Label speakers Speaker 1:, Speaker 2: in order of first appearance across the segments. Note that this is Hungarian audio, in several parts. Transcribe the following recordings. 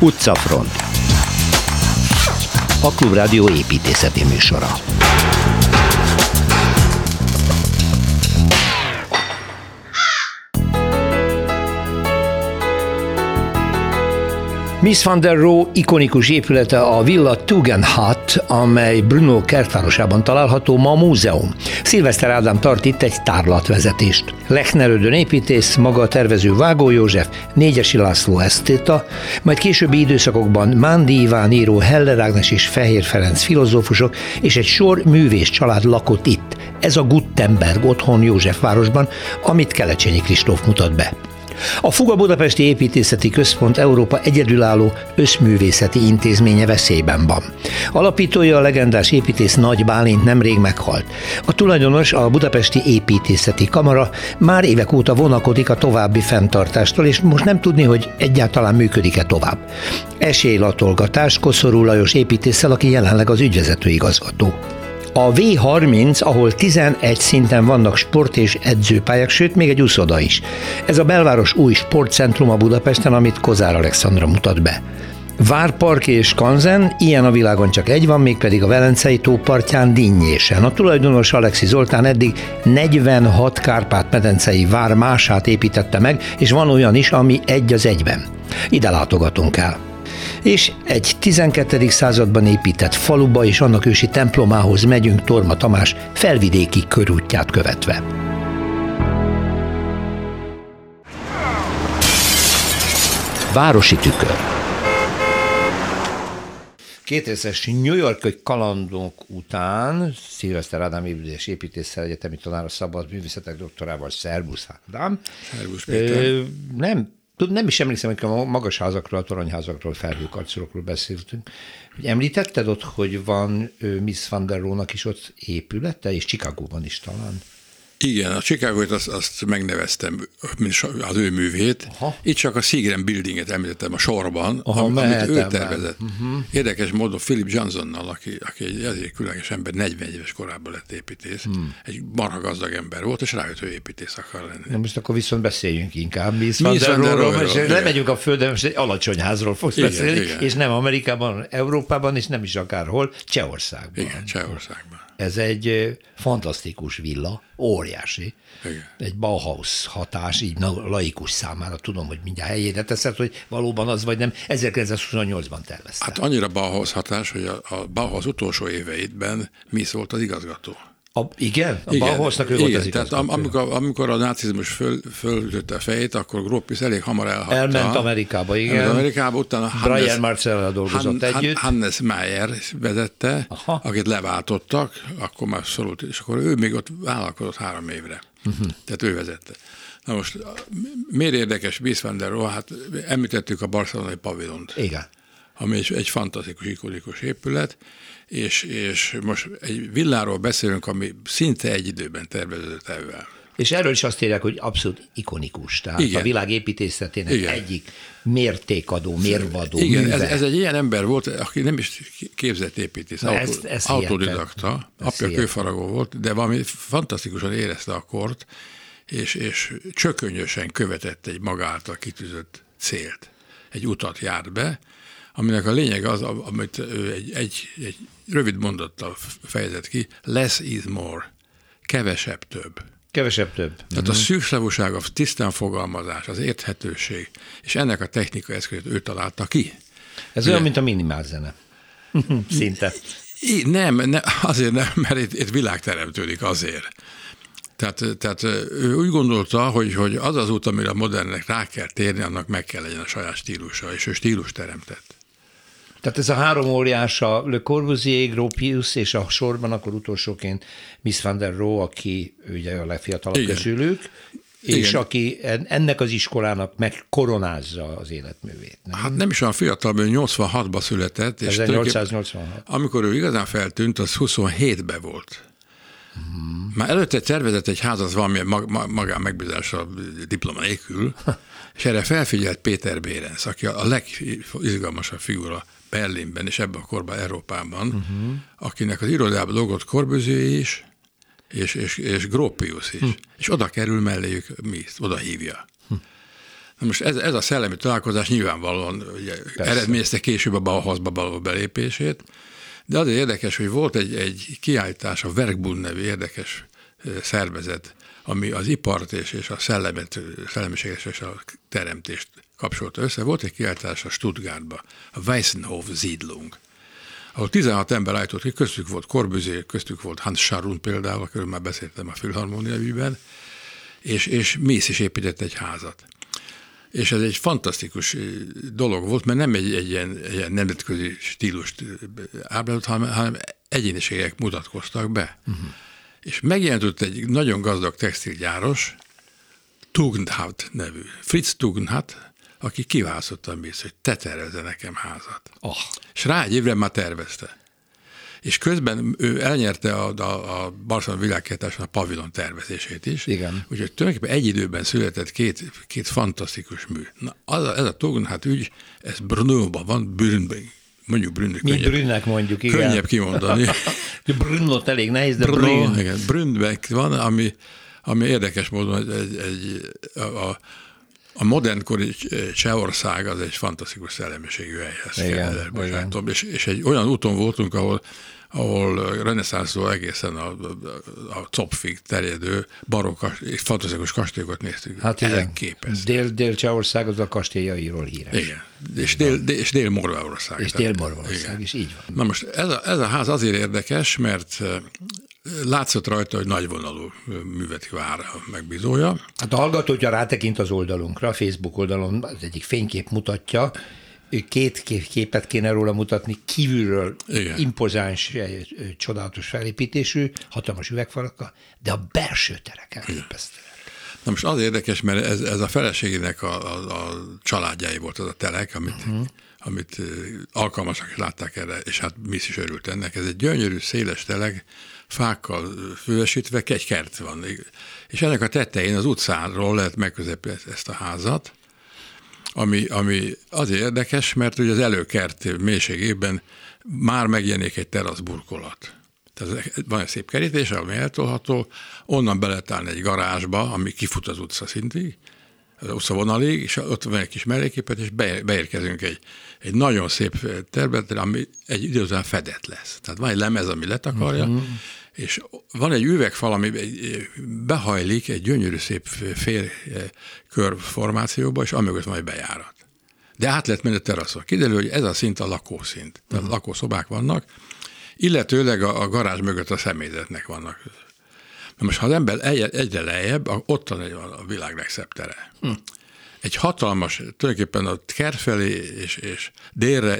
Speaker 1: Utcafront. A Klubrádió építészeti műsora. Mies van der Rohe ikonikus épülete a Villa Tugendhat, amely Brno kertvárosában található, ma múzeum. Szilveszter Ádám tart itt egy tárlatvezetést. Lechner Ödön építész, maga a tervező Vágó József, Négyesi László esztéta, majd későbbi időszakokban Mándi Iván író, Heller Ágnes és Fehér Ferenc filozófusok és egy sor művész család lakott itt. Ez a Guttenberg otthon Józsefvárosban, amit Kelecsényi Kristóf mutat be. A Fuga Budapesti Építészeti Központ Európa egyedülálló összművészeti intézménye veszélyben van. Alapítója, a legendás építész Nagy Bálint nemrég meghalt. A tulajdonos, a Budapesti Építészeti Kamara már évek óta vonakodik a további fenntartástól, és most nem tudni, hogy egyáltalán működik-e tovább. Esélylatolgatás Koszorú Lajos építésszel, aki jelenleg az ügyvezető igazgató. A V30, ahol 11 szinten vannak sport- és edzőpályák, sőt, még egy úszoda is. Ez a belváros új sportcentruma Budapesten, amit Kozár Alexandra mutat be. Várpark és Kanzen, ilyen a világon csak egy van, mégpedig a Velencei tó partján, Dinnyésen. A tulajdonos Alexi Zoltán eddig 46 Kárpát-medencei vár mását építette meg, és van olyan is, ami egy az egyben. Ide látogatunk el. És egy 12. században épített faluba és annak ősi templomához megyünk Torma Tamás felvidéki körútját követve. Városi tükör. Kétrészes New York kalandok után Szilveszter Ádám építéssel, egyetemi tanár, a szabad művészetek doktorával. Szervusz Ádám.
Speaker 2: Szervusz Péter.
Speaker 1: Nem is emlékszem, hogy a magas házakról, a toronyházakról, felhőkarcolókról beszéltünk. Említetted ott, hogy van Mies van der Rohe-nak is ott épülete, és Chicagóban is talán.
Speaker 2: Igen, a Chicagót azt megneveztem, az ő művét. Aha. Itt csak a Seagram Buildinget említettem a sorban, amit ő tervezett. Érdekes módon Philip Johnsonnal, aki egy különleges ember, 40 éves korában lett építész. Egy marha gazdag ember volt, és rájött, hogy építész akar lenni.
Speaker 1: Na most akkor viszont beszéljünk inkább Mies van der Rohe-ról, és lemegyünk a földön, most egy alacsony házról fogsz beszélni, igen. És nem Amerikában, Európában, és nem is akárhol, Csehországban.
Speaker 2: Igen, Csehországban.
Speaker 1: Ez egy fantasztikus villa, óriási.
Speaker 2: Igen.
Speaker 1: Egy Bauhaus hatás, így laikus számára, tudom, hogy mindjárt helyére teszed, hogy valóban az vagy nem. 1928-ban tervezte.
Speaker 2: Hát annyira Bauhaus hatás, hogy a Bauhaus utolsó éveidben Mies volt az igazgató.
Speaker 1: Igen? A Bauhausnak ő volt az igazgató.
Speaker 2: Tehát amikor a nácizmus fölütötte a fejét, akkor Gropius elég hamar elhagyta.
Speaker 1: Elment Amerikába, igen.
Speaker 2: Elment Amerikába, utána
Speaker 1: Brian Marcellel dolgozott együtt.
Speaker 2: Hannes Meyer vezette, akit leváltottak, akkor már szorult, és akkor ő még ott vállalkozott 3 évre. Tehát ő vezette. Na most, miért érdekes Mies van der Rohe? Hát említettük a barcelonai pavilont.
Speaker 1: Igen.
Speaker 2: Ami egy fantasztikus, ikonikus épület, és most egy villáról beszélünk, ami szinte egy időben terveződött ebben.
Speaker 1: És erről is azt írják, hogy abszolút ikonikus. Tehát igen. A világ építészetének egyik mértékadó, mérvadó műve.
Speaker 2: Ez egy ilyen ember volt, aki nem is képzett építész, autodidakta, apja kőfaragó volt, de valami fantasztikusan érezte a kort, és csökönyösen követett egy maga által kitűzött célt. Egy utat járt be, aminek a lényeg az, amit egy rövid mondattal fejezett ki, less is more, kevesebb több.
Speaker 1: Kevesebb több.
Speaker 2: Tehát a szűkszavúság, a tisztán fogalmazás, az érthetőség, és ennek a technikai eszközét ő találta ki.
Speaker 1: Ez olyan, mint a minimálzene. Szinte.
Speaker 2: Nem, azért nem, mert itt világ teremtődik azért. Tehát ő úgy gondolta, hogy az az út, amire a modernnek rá kell térni, annak meg kell legyen a saját stílusa, és ő stílus teremtett.
Speaker 1: Tehát ez a 3 óriás, a Le Corbusier, Gropius, és a sorban akkor utolsóként Mies van der Rohe, aki ugye a legfiatalabb közülük, és aki ennek az iskolának megkoronázza az életművét. Nem?
Speaker 2: Hát nem is olyan fiatal, mert 86-ban született.
Speaker 1: 1886.
Speaker 2: Amikor ő igazán feltűnt, az 27-ben volt. Már előtte tervezett egy házat valamilyen magán megbízása diploma nélkül, és erre felfigyelt Péter Behrens, aki a legizgalmasabb figura Berlinben és ebben a korban Európában, akinek az irodában dolgozott Corbusier is, és Gropius is. És oda kerül melléjük Mies, oda hívja. Na most ez a szellemi találkozás nyilvánvalóan eredményezte később a Bauhausba való belépését, de azért érdekes, hogy volt egy kiállítás, a Werkbund nevű érdekes szervezet, ami az ipart és a szellemiséget és a teremtést kapcsolta össze. Volt egy kiállítás a Stuttgartba, a Weissenhof Siedlung, ahol 16 ember állított ki, köztük volt Corbusier, köztük volt Hans Scharoun például, akiről már beszéltem a Filharmonia ügyben, és Mies is épített egy házat. És ez egy fantasztikus dolog volt, mert nem egy ilyen nemzetközi stílust ábrázolt, hanem egyéniségek mutatkoztak be. Uh-huh. És megjelent egy nagyon gazdag textilgyáros, Tugendhat nevű, Fritz Tugendhat, aki kiválasztotta a Mies, hogy te tervezze nekem házat. Oh. És rá egy évre már tervezte. És közben ő elnyerte a Barcelona világkiállításon a pavilon tervezését is.
Speaker 1: Igen.
Speaker 2: Úgyhogy tulajdonképpen egy időben született két fantasztikus mű. Na, ez a Tugendhat ügy, ez Brnóban van, Brünnben. Mondjuk Brünnnek.
Speaker 1: Mi Brünnnek mondjuk, igen.
Speaker 2: Könnyebb kimondani.
Speaker 1: Brünnot elég nehéz, de Brünn.
Speaker 2: Igen, Brünnben van, ami érdekes módon a modernkori Csehország az egy fantasztikus szellemiségű helyhez. És egy olyan úton voltunk, ahol reneszánsztól egészen a Zopfig terjedő barokk és fantasztikus kastélyokat néztük.
Speaker 1: Hát elképesztő. Dél-Csehország az a kastélyairól híres.
Speaker 2: Igen, és Dél-Morvaország.
Speaker 1: És Dél-Morvaország is, így van.
Speaker 2: Na most ez a ház azért érdekes, mert látszott rajta, hogy nagyvonalú műveti vár a megbízója.
Speaker 1: Hát a hallgató, hogyha rátekint az oldalunkra, a Facebook oldalon az egyik fénykép mutatja, két képet kéne róla mutatni, kívülről igen. Impozáns, csodálatos felépítésű, hatalmas üvegfalakkal, de a belső terek elképesztőek.
Speaker 2: Na most az érdekes, mert ez a feleségének a családjai volt az a telek, amit alkalmasak is látták erre, és hát Mies is örült ennek. Ez egy gyönyörű, széles telek, fákkal fölesítve, egy kert van. És ennek a tetején az utcáról lehet megközelíteni ezt a házat, ami azért érdekes, mert ugye az előkert mélységében már megjelenik egy teraszburkolat. Tehát van egy szép kerítés, ami eltolható, onnan be lehet állni egy garázsba, ami kifut az utca szintig, az utcavonalig, és ott van egy kis melléképet, és beérkezünk egy nagyon szép területre, ami egy idő után fedett lesz. Tehát van egy lemez, ami letakarja, és van egy üvegfal, ami behajlik egy gyönyörű szép félkör formációba, és amögött van egy bejárat. De át lehet menni a teraszon. Kiderül, hogy ez a szint a lakószint. Tehát lakószobák vannak, illetőleg a garázs mögött a személyzetnek vannak. Na most, ha az ember egyre lejjebb, ott van a világ legszebb tere. Egy hatalmas, tulajdonképpen a kert felé és délre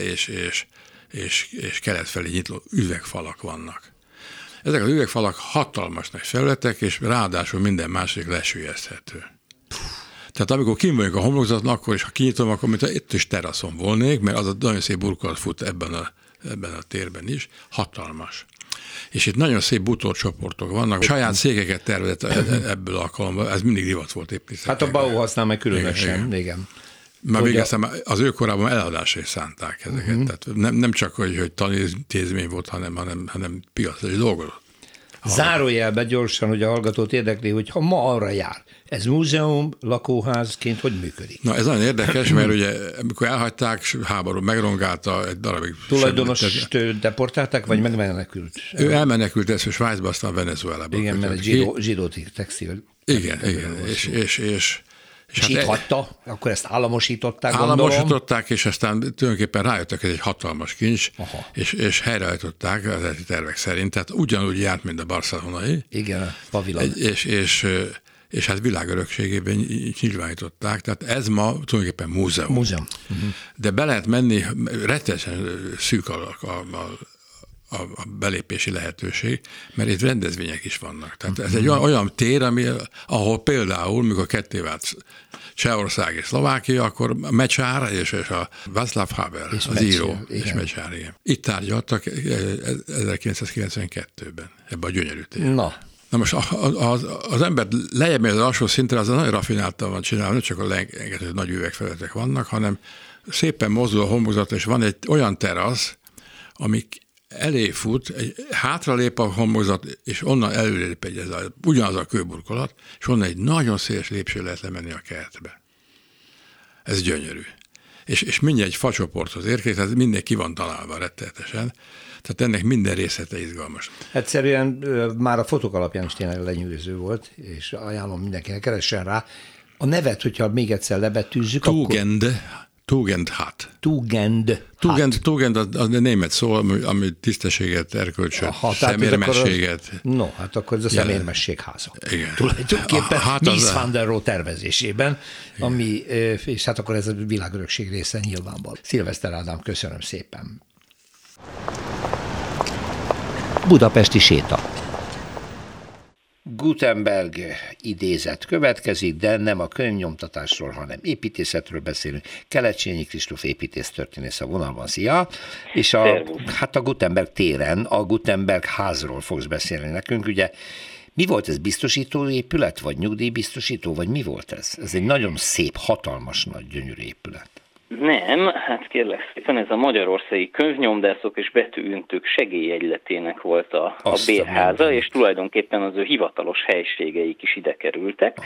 Speaker 2: és kelet felé nyitló üvegfalak vannak. Ezek az üvegfalak hatalmas nagy felületek, és ráadásul minden másik lesüllyeszthető. Tehát amikor kim vagyok a homlokzaton, akkor is, ha kinyitom, akkor mint itt is teraszon volnék, mert az a nagyon szép burkolat fut ebben a térben is, hatalmas. És itt nagyon szép bútorcsoportok vannak, saját székeket tervezett ebből alkalommal, ez mindig divat volt építeni.
Speaker 1: Hát a Bauhausnál meg különösen, igen.
Speaker 2: Már végeztem, az ő korában eladásra is szánták ezeket. Tehát nem csak, hogy tanintézmény volt, hanem piacra is dolgozott.
Speaker 1: Zárójelbe gyorsan, hogy a hallgatót érdekli, hogy ha ma arra jár, ez múzeum, lakóházként hogy működik?
Speaker 2: Na ez nagyon érdekes, mert ugye amikor elhagyták, háború megrongálta egy darabig.
Speaker 1: Tulajdonost deportálták, vagy megmenekült?
Speaker 2: Ő elmenekült ezt Svájcba, aztán Venezuelába.
Speaker 1: Igen, mert egy zsidó textil.
Speaker 2: Igen, és
Speaker 1: hát itt hagyta, akkor ezt államosították,
Speaker 2: Államosították, és aztán tulajdonképpen rájöttek, hogy ez egy hatalmas kincs, és helyreállították az eredeti tervek szerint, tehát ugyanúgy járt, mint a barcelonai.
Speaker 1: Igen, a pavilon.
Speaker 2: És hát világörökségében nyilvánították, tehát ez ma tulajdonképpen múzeum. De be lehet menni, rettenetesen szűk a belépési lehetőség, mert itt rendezvények is vannak. Tehát ez egy olyan tér, ahol például, mikor ketté vált Csehország és Szlovákia, akkor Mecsár és a Václav Havel, az író, és Mecsár, igen. Itt tárgyaltak 1992-ben, ebben a gyönyörű térben. Na most az ember lejjebb megy az alsó szintre, az nagyon raffináltan van csinálva, nem csak a lengető nagy üvegfelületek vannak, hanem szépen mozdul a homlokzat, és van egy olyan terasz, ami elé fut, hátralép a homlokzat, és onnan előrelép ugyanaz a kőburkolat, és onnan egy nagyon széles lépcső lehet lemenni a kertbe. Ez gyönyörű. És mindjárt egy facsoporthoz érkezik, tehát minden ki van találva rettenetesen. Tehát ennek minden részlete izgalmas.
Speaker 1: Egyszerűen már a fotók alapján is tényleg lenyűgöző volt, és ajánlom mindenkinek, keressen rá. A nevet, hogyha még egyszer lebetűzzük,
Speaker 2: Tugendhat.
Speaker 1: Tugend
Speaker 2: a német szó, ami tisztességet, erkölcsöt, szemérmességet.
Speaker 1: Hát akkor ez a szemérmesség háza. Igen. Tulajdonképpen Mies van der Rohe tervezésében, ami, és hát akkor ez a világörökség része nyilvánvaló. Szilveszter Ádám, köszönöm szépen. Budapesti séta. Gutenberg idézet következik, de nem a könyvnyomtatásról, hanem építészetről beszélünk. Kelecsényi Kristóf építésztörténész a vonalban. Szia! És a Gutenberg téren, a Gutenberg házról fogsz beszélni nekünk. Ugye mi volt ez, biztosítóépület, vagy nyugdíjbiztosító, vagy mi volt ez? Ez egy nagyon szép, hatalmas, nagy, gyönyörű épület.
Speaker 3: Nem, hát kérlek szépen, ez a Magyarországi Könyvnyomdászok és Betűüntők Segélyegyletének volt a bérháza, és tulajdonképpen az ő hivatalos helységeik is ide kerültek.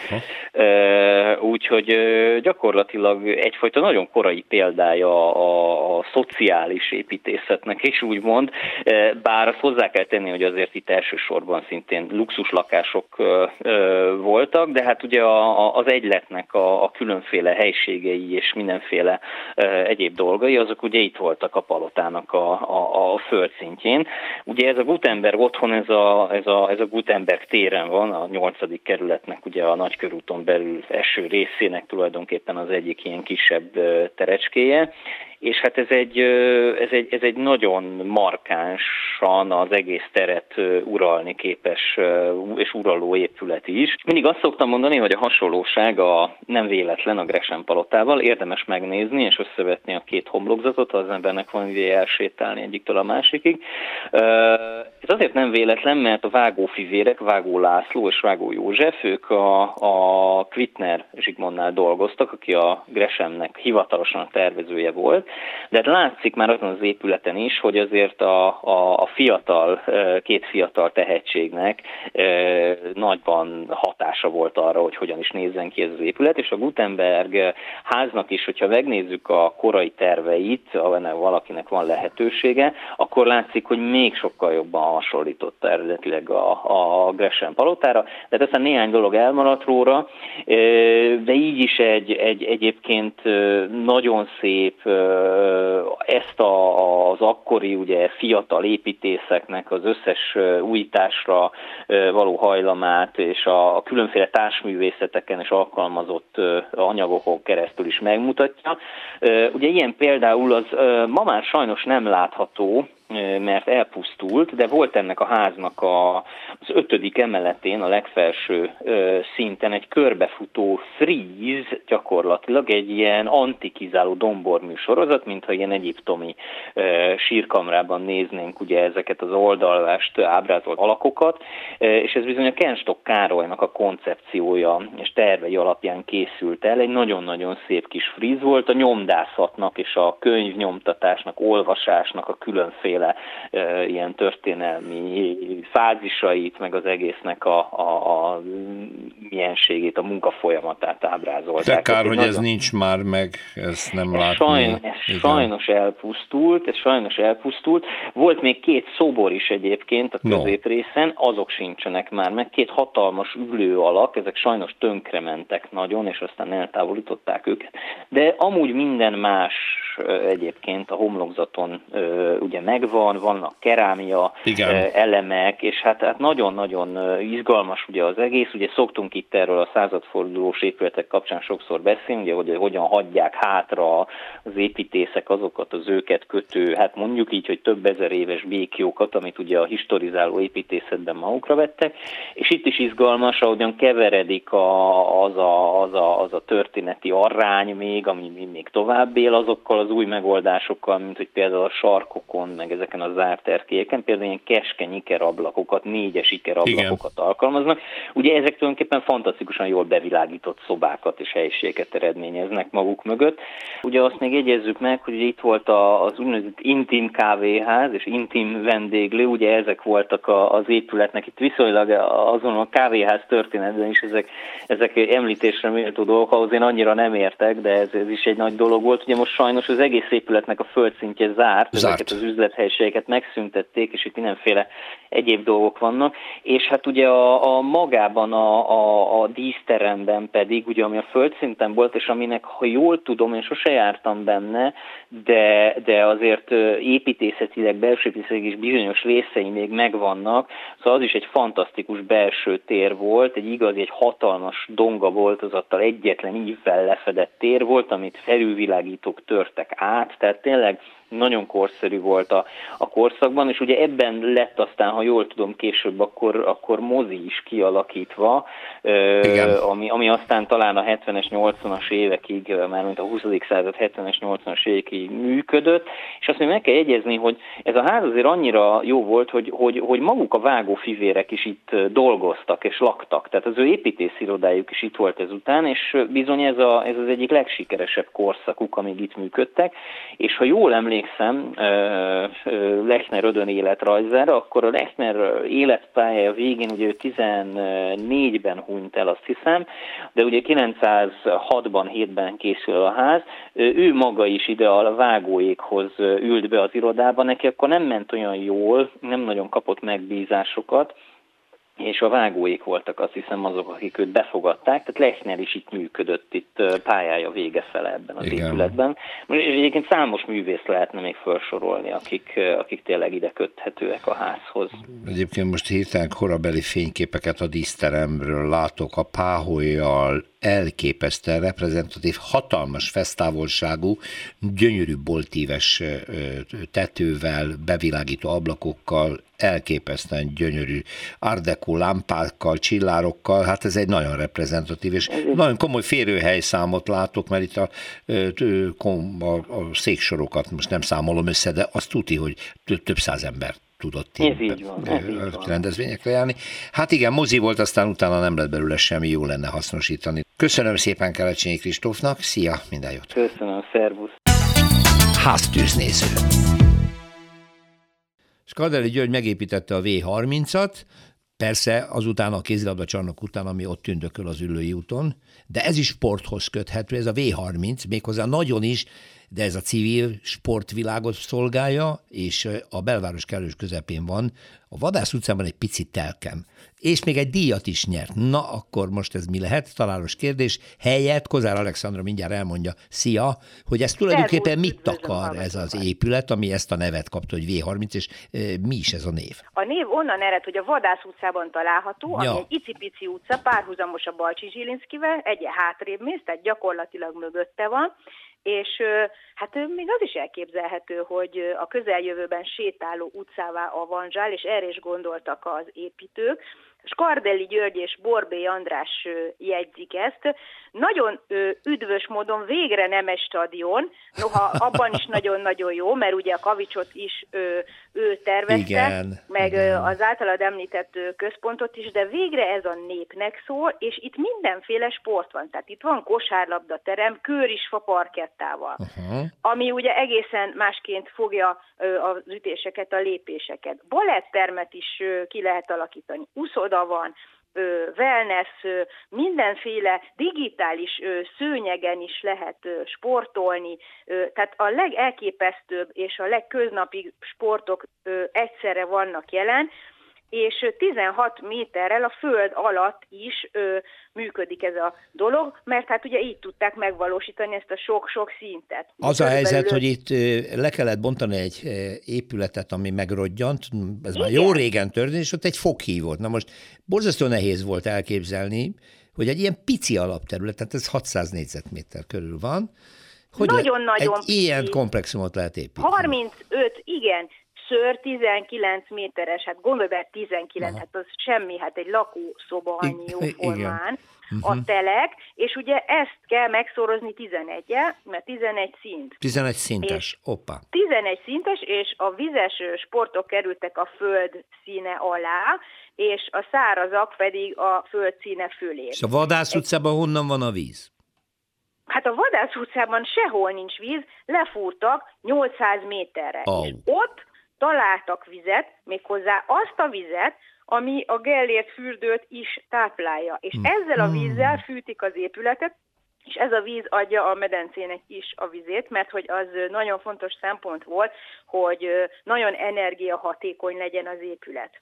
Speaker 3: Úgyhogy gyakorlatilag egyfajta nagyon korai példája a szociális építészetnek is úgymond, bár azt hozzá kell tenni, hogy azért itt elsősorban szintén luxuslakások voltak, de hát ugye az egyletnek a különféle helységei és mindenféle egyéb dolgai, azok ugye itt voltak a palotának a földszintjén. Ugye ez a Gutenberg otthon, ez a Gutenberg téren van, a 8. kerületnek ugye a Nagykörúton belül első részének tulajdonképpen az egyik ilyen kisebb terecskéje, és hát ez egy nagyon markánsan az egész teret uralni képes és uraló épület is. Mindig azt szoktam mondani, hogy a hasonlóság nem véletlen a Gresham palotával, érdemes megnézni és összevetni a két homlokzatot, az embernek van ideje elsétálni egyiktől a másikig. Ez azért nem véletlen, mert a vágófivérek, Vágó László és Vágó József, ők a Quittner Zsigmondnál dolgoztak, aki a Greshamnek hivatalosan a tervezője volt, de hát látszik már azon az épületen is, hogy azért a két fiatal tehetségnek nagyban hatása volt arra, hogy hogyan is nézzen ki ez az épület, és a Gutenberg háznak is, hogyha megnézzük a korai terveit, ha valakinek van lehetősége, akkor látszik, hogy még sokkal jobban hasonlította eredetileg a Gresham palotára, de hát aztán néhány dolog elmaradt róla, de így is egyébként nagyon szép ezt az akkori ugye fiatal építészeknek az összes újításra való hajlamát és a különféle társművészeteken és alkalmazott anyagokon keresztül is megmutatja. Ugye ilyen például az ma már sajnos nem látható, mert elpusztult, de volt ennek a háznak az 5. emeletén, a legfelső szinten egy körbefutó fríz, gyakorlatilag egy ilyen antikizáló dombormű sorozat, mintha ilyen egyiptomi sírkamrában néznénk ugye ezeket az oldalvást ábrázolt alakokat, és ez bizony a Kenstok Károlynak a koncepciója és tervei alapján készült el. Egy nagyon-nagyon szép kis fríz volt, a nyomdászatnak és a könyvnyomtatásnak, olvasásnak a különféle ilyen történelmi fázisait, meg az egésznek a mienségét, a munkafolyamatát ábrázolták.
Speaker 1: De kár, hogy ez nincs már meg, ezt nem látni.
Speaker 3: Ez sajnos elpusztult. Volt még 2 szobor is egyébként a középrészen, azok sincsenek már meg. 2 hatalmas ülő alak, ezek sajnos tönkrementek nagyon, és aztán eltávolították őket. De amúgy minden más egyébként a homlokzaton ugye vannak kerámia elemek, és hát nagyon-nagyon izgalmas ugye az egész. Ugye szoktunk itt erről a századfordulós épületek kapcsán sokszor beszélni, ugye, hogy hogyan hagyják hátra az építészek azokat az őket kötő, hát mondjuk így, hogy több ezer éves békjókat, amit ugye a historizáló építészetben magukra vettek, és itt is izgalmas, ahogyan keveredik az a történeti arány még, ami még tovább él azokkal az az új megoldásokkal, mint hogy például a sarkokon, meg ezeken a zárt erkélyeken, például ilyen keskeny ikerablakokat, 4-es ikerablakokat alkalmaznak. Ugye ezek tulajdonképpen fantasztikusan jól bevilágított szobákat és helyiségeket eredményeznek maguk mögött. Ugye azt még jegyezzük meg, hogy itt volt az úgynevezett intim kávéház és intim vendéglő, ugye ezek voltak az épületnek, itt viszonylag azon a kávéház történetben is ezek említésre méltó dolgok, ahhoz én annyira nem értek, de ez is egy nagy dolog volt. Ugye most sajnos az egész épületnek a földszintje zárt. Ezeket az üzlethelyiségeket megszüntették, és itt mindenféle egyéb dolgok vannak, és hát ugye a magában a díszteremben pedig, ugye ami a földszinten volt, és aminek, ha jól tudom, én sose jártam benne, de azért építészetileg, belső építészetileg is bizonyos részei még megvannak, szóval az is egy fantasztikus belső tér volt, egy hatalmas dongaváltozattal egyetlen ívvel lefedett tér volt, amit felülvilágítók törtek át, tehát tényleg nagyon korszerű volt a korszakban, és ugye ebben lett aztán, ha jól tudom, később akkor mozi is kialakítva, ami aztán talán a 70-es, 80-as évekig, mármint a 20. század 70-es, 80-as évekig működött, és azt még meg kell jegyezni, hogy ez a ház azért annyira jó volt, hogy maguk a vágófivérek is itt dolgoztak és laktak, tehát az ő építészirodájuk is itt volt ezután, és bizony ez az egyik legsikeresebb korszakuk, amíg itt működtek, és ha jól emlékszem Lechner Ödön életrajzára, akkor a Lechner életpályája végén ugye ő 14-ben hunyt el, azt hiszem, de ugye 906-ban, 7-ben készül a ház, ő maga is ide a vágóékhoz ült be az irodába, neki akkor nem ment olyan jól, nem nagyon kapott megbízásokat, és a vágóik voltak, azt hiszem, azok, akik őt befogadták, tehát Lechner is itt működött, itt pályája vége fele ebben az épületben. És egyébként számos művész lehetne még felsorolni, akik tényleg ide köthetőek a házhoz.
Speaker 1: Egyébként most hirtelen korabeli fényképeket a díszteremről látok, a páholyjal, elképesztően reprezentatív, hatalmas fesztávolságú, gyönyörű boltíves tetővel, bevilágító ablakokkal, elképesztően gyönyörű art déco lámpákkal, csillárokkal, hát ez egy nagyon reprezentatív, és nagyon komoly férőhelyszámot látok, mert itt a széksorokat most nem számolom össze, de azt tudni, hogy több száz ember tudott rendezvényekre járni. Hát igen, mozi volt, aztán utána nem lett belőle semmi, jó lenne hasznosítani. Köszönöm szépen Kelecsényi Kristófnak, szia, minden jót!
Speaker 3: Köszönöm, szervusz!
Speaker 1: Háztűznéző. Skadeli György megépítette a V30-at, persze azután a kézilabdacsarnok után, ami ott tündököl az Üllői úton, de ez is sporthoz köthető, ez a V30, méghozzá nagyon is, de ez a civil sportvilágot szolgálja, és a belváros kellős közepén van, a Vadász utcában egy picit telkem. És még egy díjat is nyert. Na, akkor most ez mi lehet? Találós kérdés. Helyett Kozár Alexandra mindjárt elmondja, szia, hogy ez tulajdonképpen mit takar ez az épület, ami ezt a nevet kapta, hogy V30, és mi is ez a név?
Speaker 4: A név onnan ered, hogy a Vadász utcában található, ami egy icipici utca, párhuzamos a Balcsi Zsilinszkivel, egyen hátrébb mész, tehát gyakorlatilag mögötte van, és hát még az is elképzelhető, hogy a közeljövőben sétáló utcává avanzsál, és erre is gondoltak az építők. Skardelli György és Borbély András jegyzik ezt. Nagyon üdvös módon végre nem egy stadion, noha abban is nagyon-nagyon jó, mert ugye a kavicsot is ő tervezte, igen, meg igen. Az általad említett központot is, de végre ez a népnek szól, és itt mindenféle sport van. Tehát itt van kosárlabdaterem, kőrisfa parkettával, ami ugye egészen másként fogja az ütéseket, a lépéseket. Balettermet is ki lehet alakítani, úszoda van, wellness, mindenféle digitális szőnyegen is lehet sportolni, tehát a legelképesztőbb és a legköznapi sportok egyszerre vannak jelen, és 16 méterrel a föld alatt is működik ez a dolog, mert hát ugye így tudták megvalósítani ezt a sok-sok szintet.
Speaker 1: Az a helyzet, hogy itt le kellett bontani egy épületet, ami megrodjant, ez igen. Már jó régen történt, és ott egy foghíj volt. Na most borzasztó nehéz volt elképzelni, hogy egy ilyen pici alapterület, tehát ez 600 négyzetméter körül van, hogy nagyon-nagyon egy ilyen komplexumot lehet építeni.
Speaker 4: 35, igen, ször 19 méteres, hát gondolj be 19, hát az semmi, hát egy lakószoba annyi jóformán. a telek, és ugye ezt kell megszorozni 11-jel, mert 11 szint.
Speaker 1: 11 szintes, oppá.
Speaker 4: 11 szintes, és a vizes sportok kerültek a föld színe alá, és a szárazak pedig a föld színe fölé.
Speaker 1: És a Vadász utcában honnan van a víz?
Speaker 4: Hát a Vadász utcában sehol nincs víz, lefúrtak 800 méterre.
Speaker 1: Oh.
Speaker 4: És ott találtak vizet, méghozzá azt a vizet, ami a Gellért fürdőt is táplálja. És ezzel a vízzel fűtik az épületet, és ez a víz adja a medencének is a vizét, mert hogy az nagyon fontos szempont volt, hogy nagyon energiahatékony legyen az épület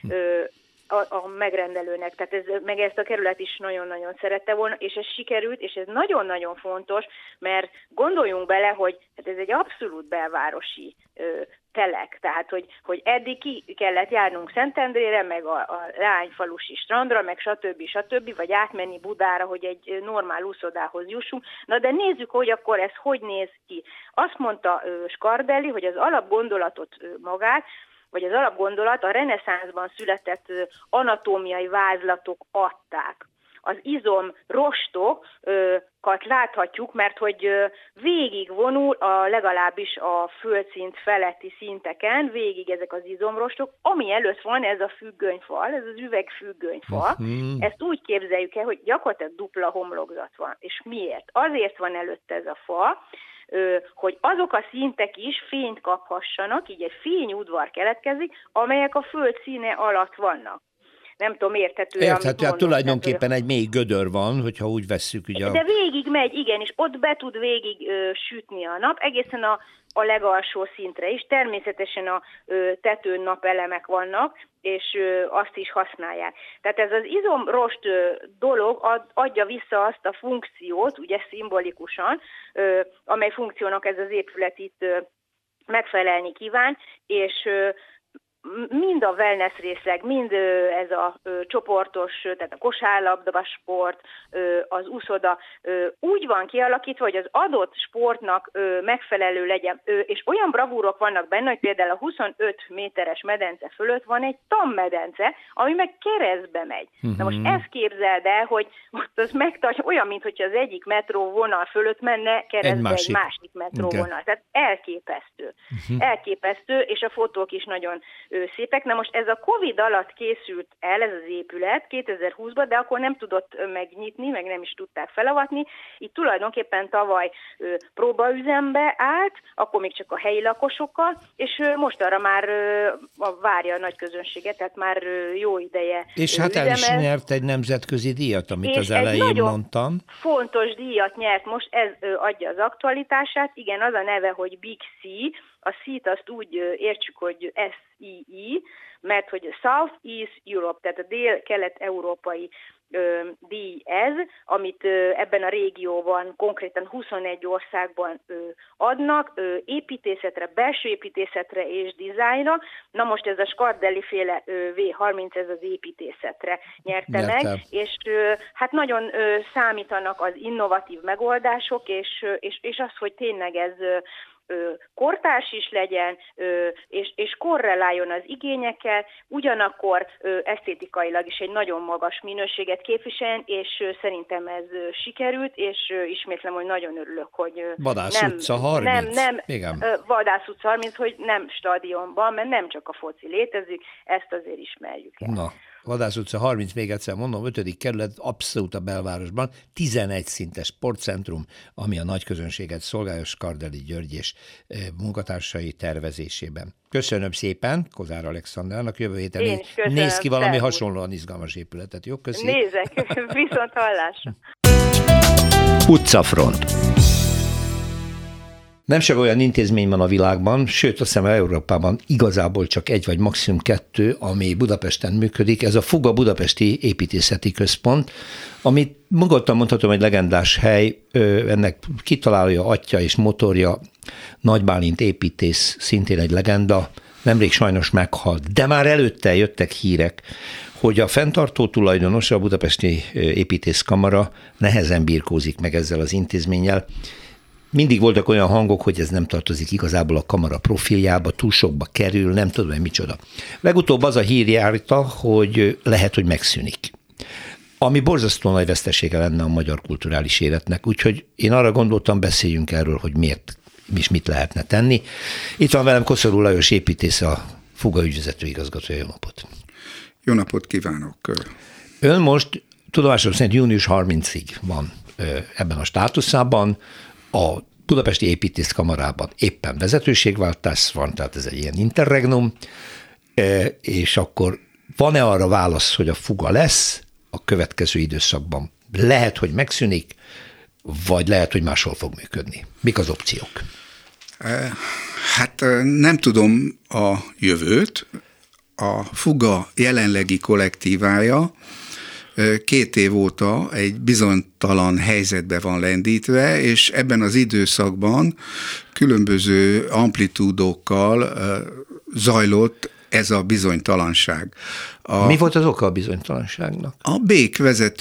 Speaker 4: a megrendelőnek. Tehát meg ezt a kerület is nagyon-nagyon szerette volna, és ez sikerült, és ez nagyon-nagyon fontos, mert gondoljunk bele, hogy hát ez egy abszolút belvárosi telek, tehát hogy eddig ki kellett járnunk Szentendrére, meg a leányfalusi strandra, meg stb., vagy átmenni Budára, hogy egy normál úszodához jussunk. Na de nézzük, hogy akkor ez hogy néz ki. Azt mondta Scardelli, hogy az alapgondolatot magát, vagy az alapgondolat a reneszánszban született anatómiai vázlatok adták. Az izom rostokat láthatjuk, mert hogy végig vonul legalábbis a földszint feletti szinteken, végig ezek az izomrostok, ami előtt van ez a függönyfal, ez az üvegfüggönyfal. Ezt úgy képzeljük el, hogy gyakorlatilag dupla homlokzat van. És miért? Azért van előtte ez a fal, hogy azok a szintek is fényt kaphassanak, így egy fényudvar keletkezik, amelyek a föld színe alatt vannak. Nem tudom, érthető.
Speaker 1: Hát tulajdonképpen egy mély gödör van, hogyha úgy vesszük. Ugye
Speaker 4: de végig megy, igen, és ott be tud végig sütni a nap, egészen a legalsó szintre is. Természetesen a tetőn napelemek vannak, és azt is használják. Tehát ez az izomrost dolog adja vissza azt a funkciót, ugye szimbolikusan, amely funkciónak ez az épület itt megfelelni kíván, és mind a wellness részleg, mind ez a csoportos, tehát a kosárlabdasport, az úszoda úgy van kialakítva, hogy az adott sportnak megfelelő legyen. És olyan bravúrok vannak benne, hogy például a 25 méteres medence fölött van egy tanmedence, ami meg keresztbe megy. Na most ezt képzeld el, hogy most az olyan, mintha az egyik metróvonal fölött menne keresztbe egy másik metróvonal. Tehát elképesztő. Elképesztő, és a fotók is nagyon szépek. Na most ez a Covid alatt készült el, ez az épület 2020-ban, de akkor nem tudott megnyitni, meg nem is tudták felavatni. Itt tulajdonképpen tavaly próbaüzembe állt, akkor még csak a helyi lakosokkal, és mostanra már várja a nagy közönséget, tehát már jó ideje.
Speaker 1: És hát el is nyert egy nemzetközi díjat, amit az elején mondtam.
Speaker 4: Fontos díjat nyert, most ez adja az aktualitását. Igen, az a neve, hogy Big C. A C-t azt úgy értsük, hogy SEE, mert hogy a South East Europe, tehát a dél-kelet-európai díj ez, amit ebben a régióban, konkrétan 21 országban adnak, építészetre, belső építészetre és dizájnra. Na most ez a Scardelli féle V30, ez az építészetre nyerte meg, és hát nagyon számítanak az innovatív megoldások, és az, hogy tényleg ez kortárs is legyen, és korreláljon az igényekkel, ugyanakkor esztétikailag is egy nagyon magas minőséget képviseljen, és szerintem ez sikerült, és ismétlem, hogy nagyon örülök, hogy
Speaker 1: Vadász utca 30.
Speaker 4: Vadász utca 30, hogy nem stadionban, mert nem csak a foci létezik, ezt azért ismerjük el.
Speaker 1: Na. Vadász utca 30, még egyszer mondom, 5. kerület, abszolút a belvárosban, 11 szintes sportcentrum, ami a nagy közönséget szolgálja Scardelli György és munkatársai tervezésében. Köszönöm szépen Kozár Alexandrának, jövő héten néz ki valami hasonlóan izgalmas épületet. Jó, köszi.
Speaker 4: Nézek, viszont hallásra.
Speaker 1: Utcafront. Nem csak olyan intézmény van a világban, sőt, azt hiszem Európában igazából csak egy vagy maximum 2, ami Budapesten működik. Ez a Fuga Budapesti Építészeti Központ, amit magadtan mondhatom, egy legendás hely, ennek kitalálója, atya és motorja Nagy Bálint építész, szintén egy legenda, nemrég sajnos meghalt, de már előtte jöttek hírek, hogy a fenntartó tulajdonos, a Budapesti Építészkamara nehezen birkózik meg ezzel az intézménnyel. Mindig voltak olyan hangok, hogy ez nem tartozik igazából a kamara profiljába, túl sokba kerül, nem tudom, hogy micsoda. Legutóbb az a hír járta, hogy lehet, hogy megszűnik. ami borzasztó nagy vesztesége lenne a magyar kulturális életnek. Úgyhogy én arra gondoltam, beszéljünk erről, hogy miért és mit lehetne tenni. Itt van velem Koszorú Lajos építész, a Fuga ügyvezető igazgatója. Jó napot!
Speaker 5: Jó napot kívánok!
Speaker 1: Ön most tudomásom szerint június 30-ig van ebben a státuszában, a Budapesti Építészkamarában éppen vezetőségváltás van, tehát ez egy ilyen interregnum, és akkor van-e arra válasz, hogy a Fuga lesz a következő időszakban? Lehet, hogy megszűnik, vagy lehet, hogy máshol fog működni? Mik az opciók?
Speaker 5: Hát nem tudom a jövőt. A Fuga jelenlegi kollektívája 2 év óta egy bizonytalan helyzetbe van lendítve, és ebben az időszakban különböző amplitúdókkal zajlott ez a bizonytalanság.
Speaker 1: Mi volt az oka a bizonytalanságnak?
Speaker 5: A BÉK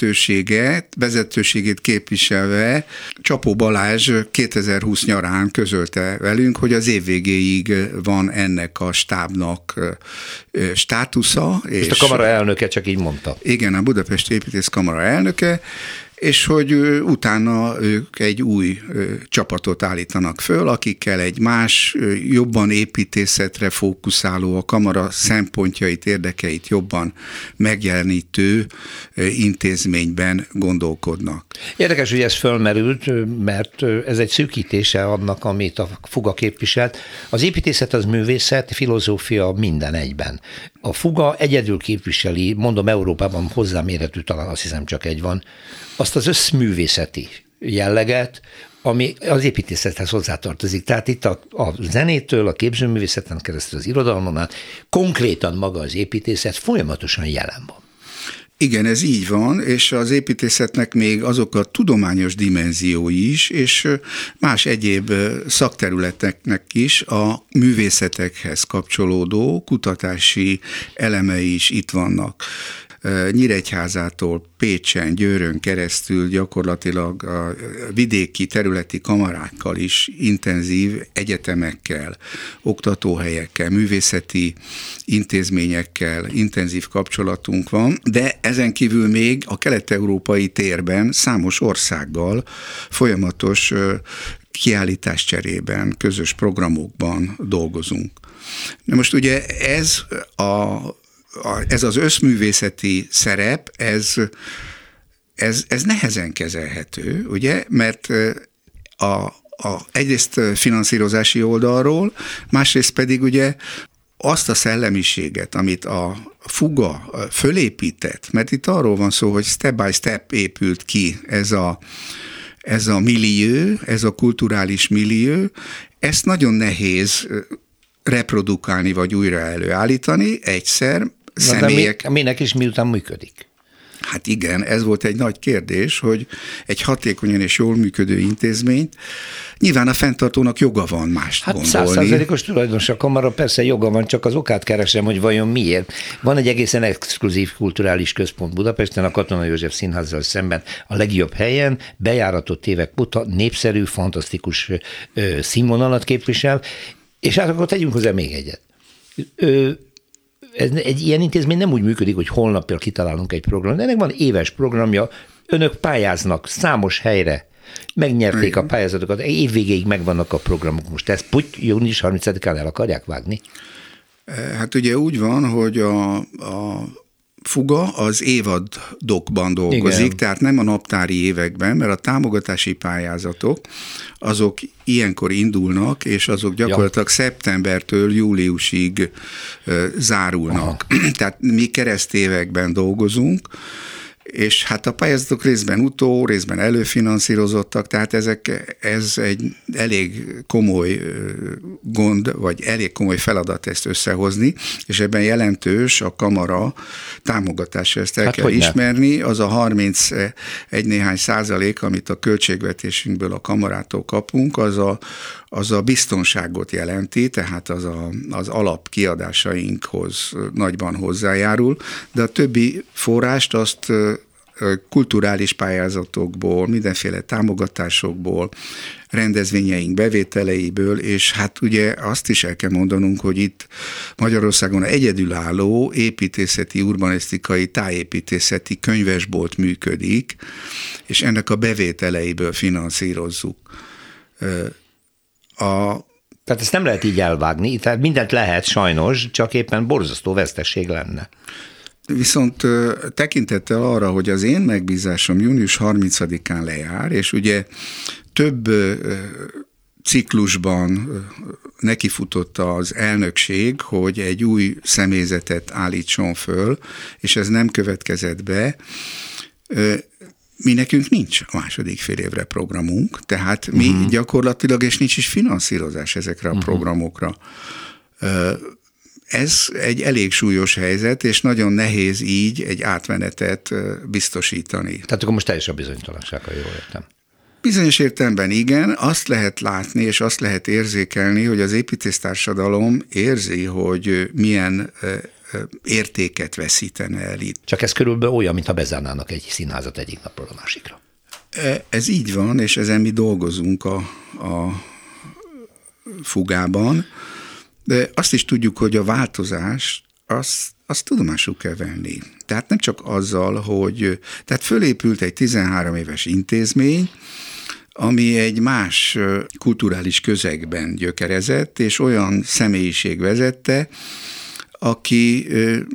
Speaker 5: vezetőségét képviselve Csapó Balázs 2020 nyarán közölte velünk, hogy az év végéig van ennek a stábnak státusza.
Speaker 1: És a kamara elnöke csak így mondta.
Speaker 5: Igen, a Budapesti Építészkamara elnöke, és hogy utána ők egy új csapatot állítanak föl, akikkel egy más, jobban építészetre fókuszáló, a kamara szempontjait, érdekeit jobban megjelenítő intézményben gondolkodnak.
Speaker 1: Érdekes, hogy ez fölmerült, mert ez egy szűkítése annak, amit a Fuga képviselt. Az építészet az művészet, filozófia minden egyben. A Fuga egyedül képviseli, mondom Európában hozzámérhető, talán azt hiszem csak egy van, azt az összművészeti jelleget, ami az építészethez hozzátartozik. Tehát itt a zenétől, a képzőművészeten keresztül az irodalmon át, konkrétan maga az építészet folyamatosan jelen van.
Speaker 5: Igen, ez így van, és az építészetnek még azok a tudományos dimenziói is, és más egyéb szakterületeknek is a művészetekhez kapcsolódó kutatási elemei is itt vannak. Nyíregyházától Pécsen, Győrön keresztül gyakorlatilag a vidéki területi kamarákkal is intenzív egyetemekkel, oktatóhelyekkel, művészeti intézményekkel intenzív kapcsolatunk van, de ezen kívül még a kelet-európai térben számos országgal folyamatos kiállításcserében, közös programokban dolgozunk. Na most ugye ez az összművészeti szerep, ez nehezen kezelhető, ugye, mert egyrészt finanszírozási oldalról, másrészt pedig ugye azt a szellemiséget, amit a Fuga fölépített, mert itt arról van szó, hogy step by step épült ki ez a millió, ez a kulturális millió, ezt nagyon nehéz reprodukálni vagy újra előállítani egyszer, személyek.
Speaker 1: De minek is miután működik?
Speaker 5: Hát igen, ez volt egy nagy kérdés, hogy egy hatékonyan és jól működő intézményt, nyilván a fenntartónak joga van mást gondolni.
Speaker 1: 100%-os tulajdonos a kamara, persze joga van, csak az okát keresem, hogy vajon miért. Van egy egészen exkluzív kulturális központ Budapesten, a Katona József Színházzal szemben a legjobb helyen, bejáratott évek óta népszerű, fantasztikus színvonalat képvisel, és hát akkor tegyünk hozzá még egyet. Egy ilyen intézmény nem úgy működik, hogy holnapra kitalálunk egy programot, de ennek van éves programja, önök pályáznak számos helyre, megnyerték a pályázatokat, évvégéig megvannak a programok. Most ezt június 30-án el akarják vágni?
Speaker 5: Hát ugye úgy van, hogy a Fuga az évadokban dolgozik, igen. Tehát nem a naptári években, mert a támogatási pályázatok azok ilyenkor indulnak, és azok gyakorlatilag szeptembertől júliusig zárulnak. Aha. Tehát mi keresztévekben dolgozunk, és hát a pályázatok részben részben előfinanszírozottak, tehát ez egy elég komoly gond, vagy elég komoly feladat ezt összehozni, és ebben jelentős a kamara támogatása, ezt el kell ismerni, az a 31 néhány %, amit a költségvetésünkből a kamarától kapunk, az a biztonságot jelenti, tehát az alapkiadásainkhoz nagyban hozzájárul, de a többi forrást azt kulturális pályázatokból, mindenféle támogatásokból, rendezvényeink bevételeiből, és hát ugye azt is el kell mondanunk, hogy itt Magyarországon egyedülálló építészeti, urbanisztikai, tájépítészeti könyvesbolt működik, és ennek a bevételeiből finanszírozzuk.
Speaker 1: Tehát ezt nem lehet így elvágni, tehát mindent lehet sajnos, csak éppen borzasztó veszteség lenne.
Speaker 5: Viszont tekintettel arra, hogy az én megbízásom június 30-án lejár, és ugye több ciklusban nekifutott az elnökség, hogy egy új személyzetet állítson föl, és ez nem következett be, mi nekünk nincs a második fél évre programunk, tehát mi gyakorlatilag, és nincs is finanszírozás ezekre a programokra. Ez egy elég súlyos helyzet, és nagyon nehéz így egy átmenetet biztosítani.
Speaker 1: Tehát akkor most teljes a bizonytalanság, ha jól értem.
Speaker 5: Bizonyos értelemben igen, azt lehet látni, és azt lehet érzékelni, hogy az építésztársadalom érzi, hogy milyen értéket veszítene el itt.
Speaker 1: Csak ez körülbelül olyan, mintha bezárnának egy színházat egyik napról a másikra.
Speaker 5: Ez így van, és ezen mi dolgozunk a Fugában, de azt is tudjuk, hogy a változás, azt tudomásul kell venni. Tehát nem csak azzal, hogy tehát fölépült egy 13 éves intézmény, ami egy más kulturális közegben gyökerezett, és olyan személyiség vezette, aki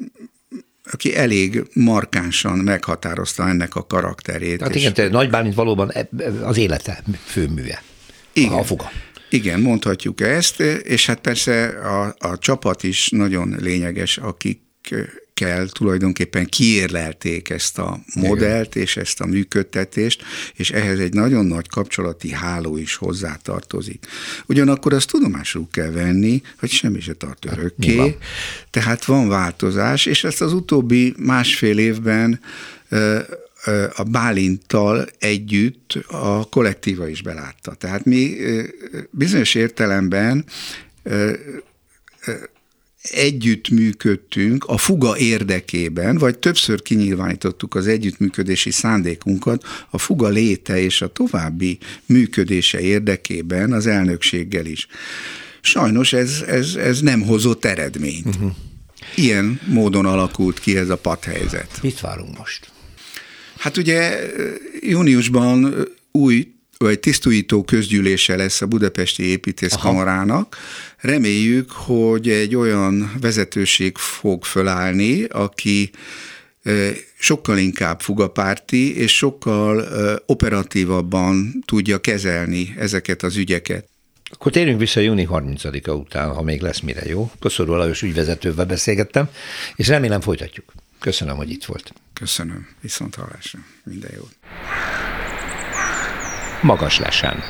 Speaker 5: elég markánsan meghatározta ennek a karakterét.
Speaker 1: Hát igen, Nagy Bálint valóban az élete főműve.
Speaker 5: Igen.
Speaker 1: A Fuga.
Speaker 5: Igen, mondhatjuk ezt, és hát persze a csapat is nagyon lényeges, akikkel tulajdonképpen kiérlelték ezt a modellt és ezt a működtetést, és ehhez egy nagyon nagy kapcsolati háló is hozzátartozik. Ugyanakkor azt tudomásul kell venni, hogy semmi se tart örökké, tehát van változás, és ezt az utóbbi másfél évben a Bálinttal együtt a kollektíva is belátta. Tehát mi bizonyos értelemben együttműködtünk a Fuga érdekében, vagy többször kinyilvánítottuk az együttműködési szándékunkat a Fuga léte és a további működése érdekében az elnökséggel is. Sajnos ez nem hozott eredményt. Ilyen módon alakult ki ez a patthelyzet.
Speaker 1: Mit várunk most?
Speaker 5: Hát ugye júniusban új vagy tisztújító közgyűlése lesz a Budapesti Építészkamarának. Reméljük, hogy egy olyan vezetőség fog fölállni, aki sokkal inkább fugapárti, és sokkal operatívabban tudja kezelni ezeket az ügyeket.
Speaker 1: Akkor térjünk vissza júni 30-a után, ha még lesz mire, jó? Koszorú Lajos ügyvezetővel beszélgettem, és remélem folytatjuk. Köszönöm, hogy itt volt.
Speaker 5: Köszönöm. Viszonthallásra. Minden jót.
Speaker 1: Magas lesen.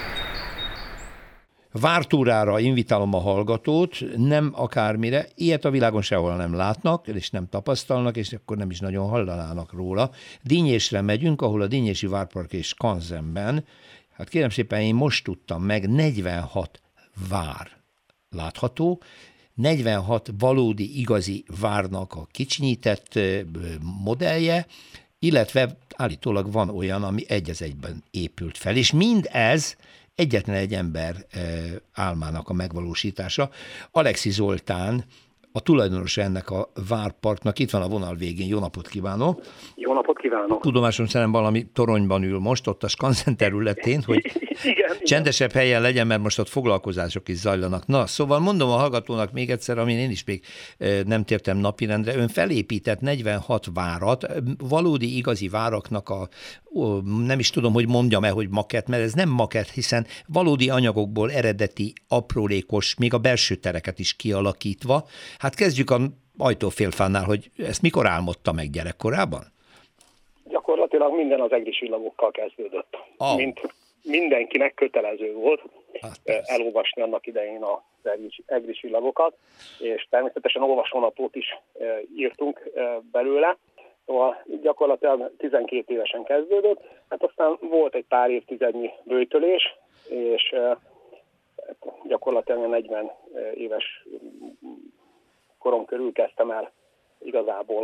Speaker 1: Vártúrára invitálom a hallgatót, nem akármire, ilyet a világon sehol nem látnak, és nem tapasztalnak, és akkor nem is nagyon hallanának róla. Dínyésre megyünk, ahol a Dínyési Várpark és Skanzenben, hát kérem szépen, én most tudtam meg, 46 vár látható, 46 valódi, igazi várnak a kicsinyített modellje, illetve állítólag van olyan, ami egy az egyben épült fel, és mindez egyetlen egy ember álmának a megvalósítása. Alexi Zoltán, a tulajdonosa ennek a várparknak, itt van a vonal végén. Jó napot kívánok!
Speaker 6: Jó napot kívánok!
Speaker 1: Tudomásom szerint valami toronyban ül most, ott a Skanzen területén, hogy
Speaker 6: igen,
Speaker 1: csendesebb helyen legyen, mert most ott foglalkozások is zajlanak. Na, szóval mondom a hallgatónak még egyszer, amin én is még nem tértem napirendre, ön felépített 46 várat, valódi igazi váraknak nem is tudom, hogy mondjam-e, hogy makett, mert ez nem makett, hiszen valódi anyagokból eredeti, aprólékos, még a belső tereket is kialakítva. Hát kezdjük a ajtófélfánál, hogy ezt mikor álmodta meg gyerekkorában?
Speaker 6: Gyakorlatilag minden az egri csillagokkal kezdődött. Mint mindenkinek kötelező volt elolvasni annak idején az egri csillagokat, és természetesen olvasónaplót is írtunk belőle. Szóval gyakorlatilag 12 évesen kezdődött, hát aztán volt egy pár évtizednyi böjtölés, és gyakorlatilag 40 éves korom körül kezdtem el igazából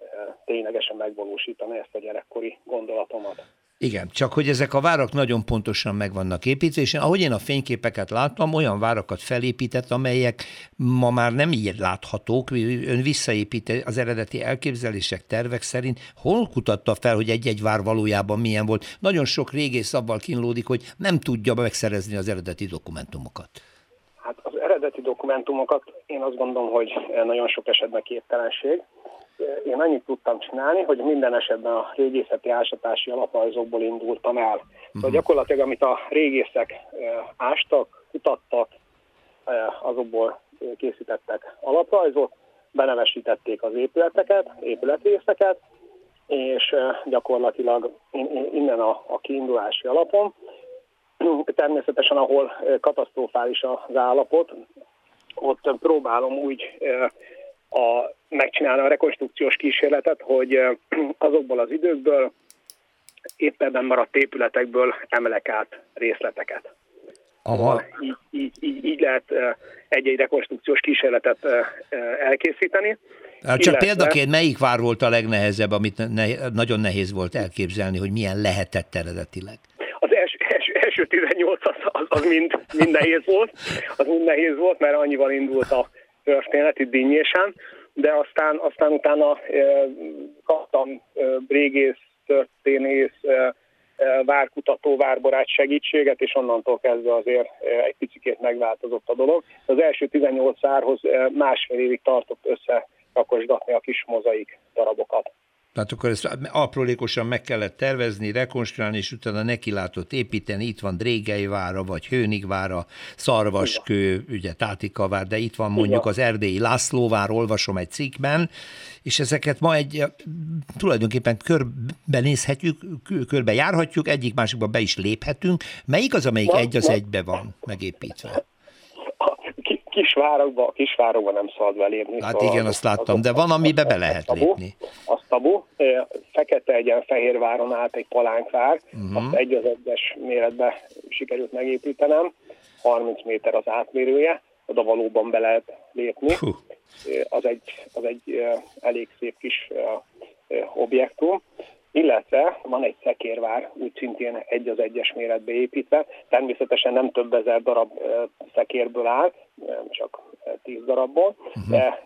Speaker 6: ténylegesen megvalósítani ezt a gyerekkori gondolatomat.
Speaker 1: Igen, csak hogy ezek a várak nagyon pontosan meg vannak építve, és ahogy én a fényképeket láttam, olyan várakat felépített, amelyek ma már nem így láthatók, ön visszaépít az eredeti elképzelések, tervek szerint. Hol kutatta fel, hogy egy-egy vár valójában milyen volt? Nagyon sok régész abban kínlódik, hogy nem tudja megszerezni az eredeti dokumentumokat.
Speaker 6: Hát az eredeti dokumentumokat én azt gondolom, hogy nagyon sok esetben képtelenség. Én annyit tudtam csinálni, hogy minden esetben a régészeti ásatási alaprajzokból indultam el. Szóval gyakorlatilag, amit a régészek ástak, kutattak, azokból készítettek alaprajzot, benevesítették az épületeket, épületrészeket, és gyakorlatilag innen a kiindulási alapon, természetesen ahol katasztrofális az állapot, ott próbálom úgy megcsinálni a rekonstrukciós kísérletet, hogy azokból az időkből, éppen maradt épületekből emelek át részleteket.
Speaker 1: Aha.
Speaker 6: Így lehet egy-egy rekonstrukciós kísérletet elkészíteni.
Speaker 1: Csak példaként melyik vár volt a legnehezebb, amit nagyon nehéz volt elképzelni, hogy milyen lehetett eredetileg?
Speaker 6: Az első 18 az mind nehéz volt. Az mind nehéz volt, mert annyival indult a történet itt Dinnyésen, de aztán utána kaptam régész, történész, várkutató, várbarát segítséget, és onnantól kezdve azért egy picikét megváltozott a dolog. Az első 18 várhoz másfél évig tartott összerakosgatni a kis mozaik darabokat.
Speaker 1: Tehát akkor ezt aprólékosan meg kellett tervezni, rekonstruálni, és utána nekilátott építeni. Itt van Drégelyvára, vagy Hőnigvára, Szarvaskő, ugye Tátikavár, de itt van mondjuk az erdélyi Lászlóvár, olvasom egy cikkben, és ezeket ma tulajdonképpen körbenézhetjük, körbejárhatjuk, egyik-másikba be is léphetünk. Melyik az, amelyik egy az egybe van megépítve?
Speaker 6: Kisvárokba nem szabad belépni.
Speaker 1: Hát igen, azt láttam, de van, amibe be lehet lépni.
Speaker 6: Az tabu. Fekete-Egyen-Fehérváron állt egy palánkvár, azt egy az egyes méretbe sikerült megépítenem, 30 méter az átmérője, oda valóban be lehet lépni. Az egy elég szép kis objektum. Illetve van egy szekérvár, úgy szintén egy az egyes méretbe építve. Természetesen nem több ezer darab szekérből áll, csak 10 darabból, de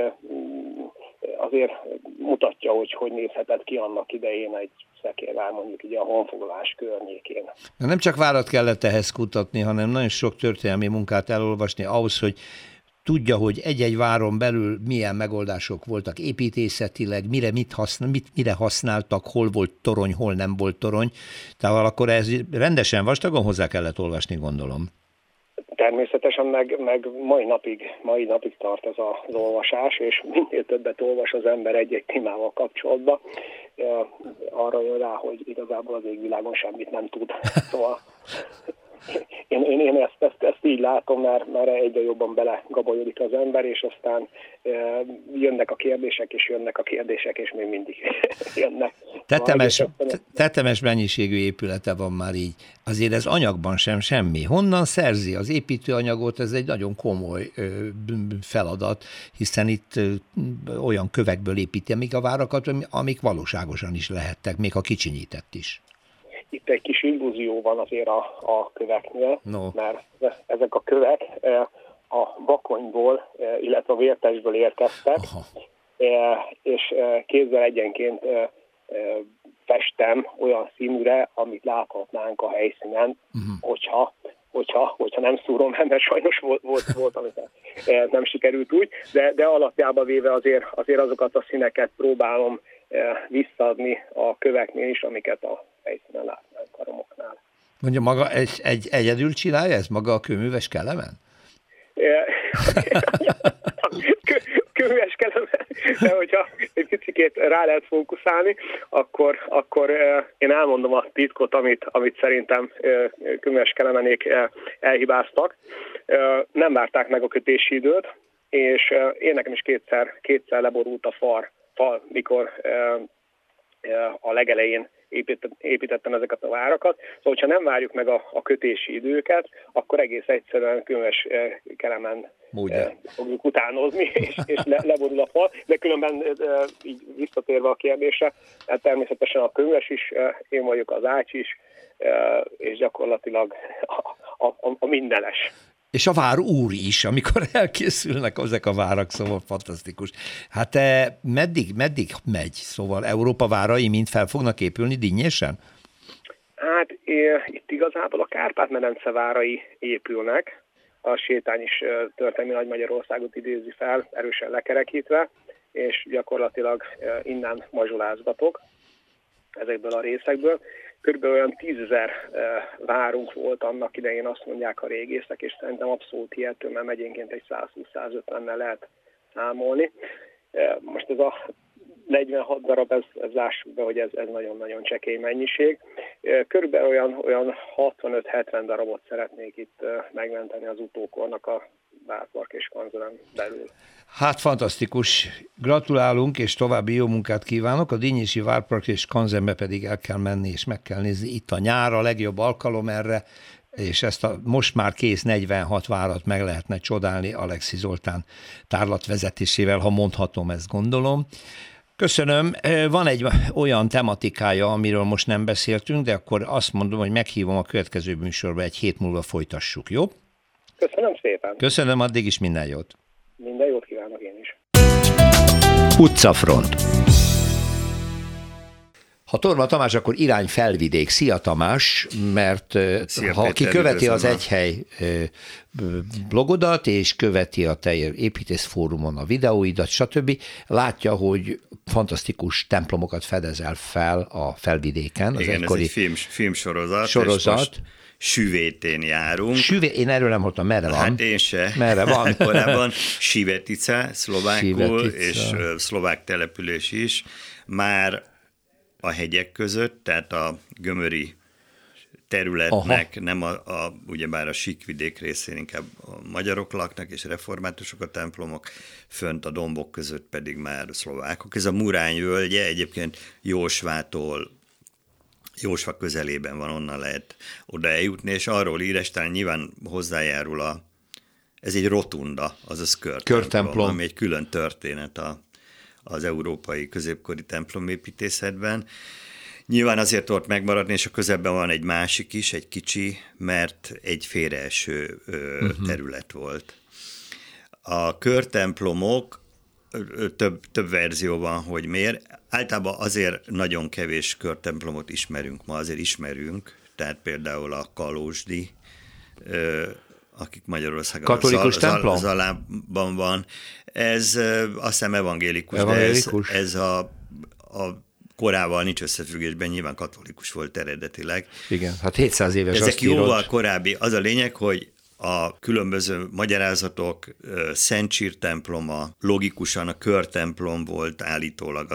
Speaker 6: azért mutatja, hogy nézhetett ki annak idején egy szekérvár, mondjuk így a honfoglalás környékén.
Speaker 1: Nem csak várat kellett ehhez kutatni, hanem nagyon sok történelmi munkát elolvasni ahhoz, hogy tudja, hogy egy-egy váron belül milyen megoldások voltak építészetileg, mire használtak, hol volt torony, hol nem volt torony. Tehát akkor ez rendesen vastagon hozzá kellett olvasni, gondolom.
Speaker 6: Természetesen meg mai napig tart ez az olvasás, és minél többet olvas az ember egy-egy témával kapcsolatban, arra jön rá, hogy igazából az égvilágon semmit nem tud. Szóval én ezt így látom, mert egyre jobban belegabolyodik az ember, és aztán jönnek a kérdések, és jönnek a kérdések, és még mindig jönnek.
Speaker 1: Tetemes mennyiségű épülete van már így. Azért ez anyagban sem semmi. Honnan szerzi az építőanyagot? Ez egy nagyon komoly feladat, hiszen itt olyan kövekből építi még a várakat, amik valóságosan is lehettek, még ha kicsinyített is.
Speaker 6: Itt egy kis illúzió van azért a köveknél, mert ezek a kövek a bakonyból, illetve a vértestből érkeztek, és kézzel egyenként festem olyan színűre, amit láthatnánk a helyszínen, hogyha nem szúrom, mert sajnos volt amit nem sikerült úgy, de alapjában véve azért azokat a színeket próbálom visszaadni a köveknél is, amiket a helyszínen látnánk a romoknál.
Speaker 1: Mondja, maga egyedül csinálja ez, maga a kőműves Kelemen?
Speaker 6: Kőműves Kelemen, de hogyha egy picikét rá lehet fókuszálni, akkor én elmondom a titkot, amit szerintem kőműves Kelemenék elhibáztak. Nem várták meg a kötési időt, és én nekem is kétszer leborult a fal, mikor a legelején építettem ezeket a várakat. Szóval, hogyha nem várjuk meg a kötési időket, akkor egész egyszerűen kőműves Kelemen fogjuk utánozni, és leborul a fal, de különben így visszatérve a kérdésre, hát természetesen a könyves is, én vagyok az ács is, és gyakorlatilag a mindenes.
Speaker 1: És a vár úr is, amikor elkészülnek ezek a várak, szóval fantasztikus. Hát meddig megy? Szóval Európa várai mind fel fognak épülni dinnyésen?
Speaker 6: Hát itt igazából a Kárpát-medence várai épülnek, a sétány is történelmi Nagy-Magyarországot idézi fel, erősen lekerekítve, és gyakorlatilag innen mazsolázgatok ezekből a részekből. Körülbelül olyan 10 000 várunk volt annak idején, azt mondják a régészek, és szerintem abszolút hihető, mert megyénként egy 120-150-nel lehet számolni. Most ez a 46 darab, ez lássuk be, hogy ez nagyon-nagyon csekély mennyiség. Körülbelül olyan 65-70 darabot szeretnék itt megmenteni az utókornak a Várpark és Kanzemen belül.
Speaker 1: Hát fantasztikus. Gratulálunk, és további jó munkát kívánok. A Dinnyési Várpark és Kanzenbe pedig el kell menni, és meg kell nézni. Itt a nyár a legjobb alkalom erre, és ezt a most már kész 46 várat meg lehetne csodálni Alexi Zoltán tárlatvezetésével, ha mondhatom, ezt gondolom. Köszönöm. Van egy olyan tematikája, amiről most nem beszéltünk, de akkor azt mondom, hogy meghívom a következő műsorba, egy hét múlva folytassuk, jó?
Speaker 6: Köszönöm szépen.
Speaker 1: Köszönöm, addig is minden jót.
Speaker 6: Minden jót kívánok én is.
Speaker 1: Utcafront. Ha Torma Tamás, akkor irány Felvidék. Szia Tamás, mert
Speaker 7: Szia,
Speaker 1: ha
Speaker 7: Péter,
Speaker 1: ki követi
Speaker 7: üdvözlöm
Speaker 1: az Egyhely blogodat, és követi a te építészfórumon a videóidat, stb., látja, hogy fantasztikus templomokat fedezel fel a Felvidéken.
Speaker 7: Igen, ez egy filmsorozat. Süvétén járunk.
Speaker 1: Én erről nem hallottam, merre van?
Speaker 7: Hát én se.
Speaker 1: Merre van?
Speaker 7: Korábban Sivetica, szlovákul, és szlovák település is. Már a hegyek között, tehát a gömöri területnek, nem ugyebár a síkvidék részén inkább a magyarok laknak, és reformátusok a templomok, fönt a dombok között pedig már szlovákok. Ez a Murány völgye egyébként Jósva közelében van, onnan lehet oda eljutni, és arról íres, talán nyilván hozzájárul ez egy rotunda, azaz körtemplom, ami egy külön történet az európai középkori templomépítészetben. Nyilván azért ott megmaradni, és a közelben van egy másik is, egy kicsi, mert egy félreeső terület volt. A körtemplomok, több verzió van, hogy miért. Általában azért nagyon kevés körtemplomot ismerünk ma, azért ismerünk, tehát például a kalózsdi, akik Magyarországon
Speaker 1: katolikus templom?
Speaker 7: Zalában van. Ez azt hiszem evangélikus, de ez a korával nincs összefüggésben, nyilván katolikus volt eredetileg.
Speaker 1: Igen, hát 700 éves.
Speaker 7: Ezek jóval korábbi. Az a lényeg, hogy a különböző magyarázatok, Szent Csír temploma, logikusan a körtemplom volt állítólag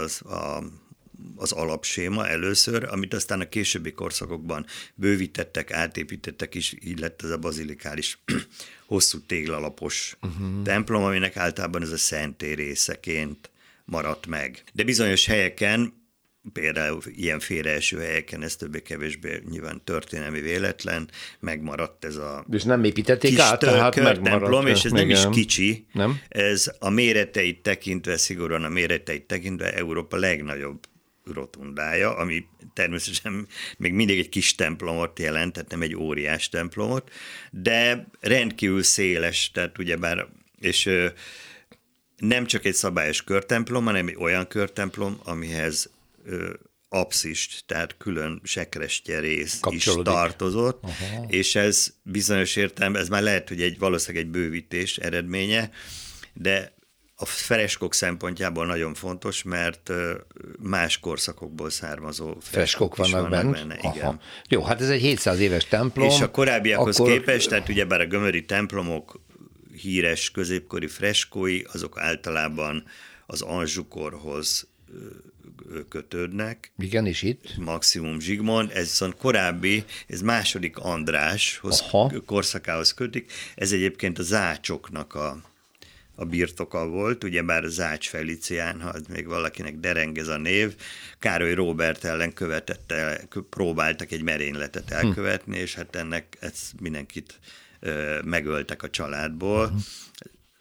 Speaker 7: az alapséma először, amit aztán a későbbi korszakokban bővítettek, átépítettek, és így lett ez a bazilikális hosszú téglalapos templom, aminek általában ez a szentély részeként maradt meg. De bizonyos helyeken, például ilyen félreeső helyeken, ez többé-kevésbé nyilván történelmi véletlen, megmaradt ez a
Speaker 1: és nem építették
Speaker 7: kis
Speaker 1: át, tehát
Speaker 7: templom, és ez nem is kicsi.
Speaker 1: Nem?
Speaker 7: Ez a méreteit tekintve, szigorúan a méreteit tekintve Európa legnagyobb rotundája, ami természetesen még mindig egy kis templomot jelent, tehát nem egy óriás templomot, de rendkívül széles, tehát ugyebár, és nem csak egy szabályos körtemplom, hanem egy olyan körtemplom, amihez apszist, tehát külön sekrestye rész is tartozott, és ez bizonyos értelemben, ez már lehet, hogy valószínűleg egy bővítés eredménye, de a freskok szempontjából nagyon fontos, mert más korszakokból származó freskok vannak benne. Igen.
Speaker 1: Jó, hát ez egy 700 éves templom.
Speaker 7: És a korábbiakhoz képest, tehát ugyebár a gömöri templomok híres középkori freskói, azok általában az Anjou-korhoz kötődnek.
Speaker 1: Igen, és itt?
Speaker 7: Maximum Zsigmond, ez viszont korábbi, ez második Andráshoz korszakához kötik, ez egyébként a Zácsoknak a birtoka volt, ugyebár a Zács Felicián, ha még valakinek dereng ez a név, Károly Róbert ellen próbáltak egy merényletet elkövetni, és hát ennek mindenkit megöltek a családból.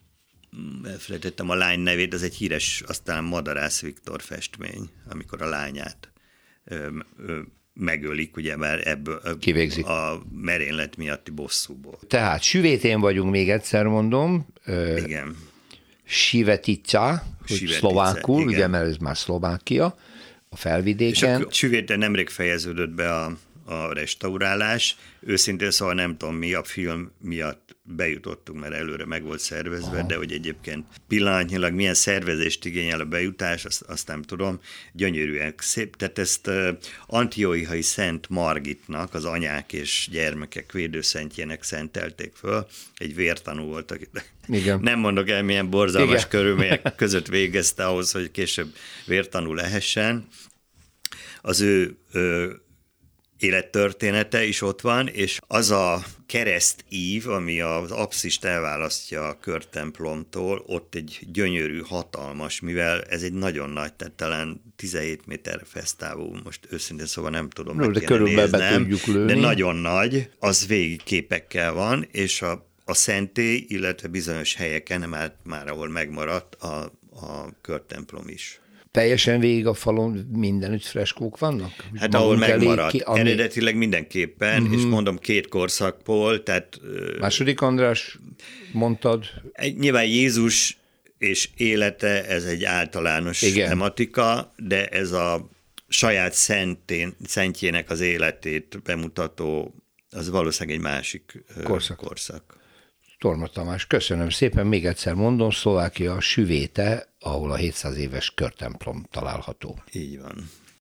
Speaker 7: elfelejtettem a lány nevét, az egy híres, aztán Madarász Viktor festmény, amikor a lányát megölik, ugye már ebből
Speaker 1: kivégzik
Speaker 7: a merénylet miatti bosszúból.
Speaker 1: Tehát Süvétén vagyunk, még egyszer mondom.
Speaker 7: Igen.
Speaker 1: Sivetica, szlovákul, igen. Ugye, mert ez már Szlovákia, a felvidéken.
Speaker 7: És a Süvéten nemrég fejeződött be a restaurálás. Őszintén szóval nem tudom, mi a film miatt bejutottunk, mert előre meg volt szervezve, de hogy egyébként pillanatnyilag milyen szervezést igényel a bejutás, azt nem tudom. Gyönyörűen szép. Tehát ezt Antiochai Szent Margitnak, az anyák és gyermekek védőszentjének szentelték föl. Egy vértanú volt, aki nem mondok el, milyen borzalmas körülmények között végezte ahhoz, hogy később vértanú lehessen. Az ő élettörténete is ott van, és az a keresztív, ami az apszist elválasztja a körtemplomtól, ott egy gyönyörű, hatalmas, mivel ez egy nagyon nagy, tehát talán 17 méter fesztávú, most őszintén szóval nem tudom,
Speaker 1: de körülbelül be tudjuk lőni.
Speaker 7: De nagyon nagy, az végig képekkel van, és a szentély, illetve bizonyos helyeken már ahol megmaradt a körtemplom is.
Speaker 1: Teljesen végig a falon mindenütt freskók vannak?
Speaker 7: Hát ahol megmaradt. Eredetileg mindenképpen, és mondom 2 korszakból, tehát...
Speaker 1: Második András, mondtad?
Speaker 7: Nyilván Jézus és élete, ez egy általános tematika, de ez a saját szentjének az életét bemutató, az valószínűleg egy másik korszak.
Speaker 1: Torma Tamás, köszönöm szépen, még egyszer mondom, Szlovákia Süvéte, ahol a 700 éves körtemplom található.
Speaker 7: Így van.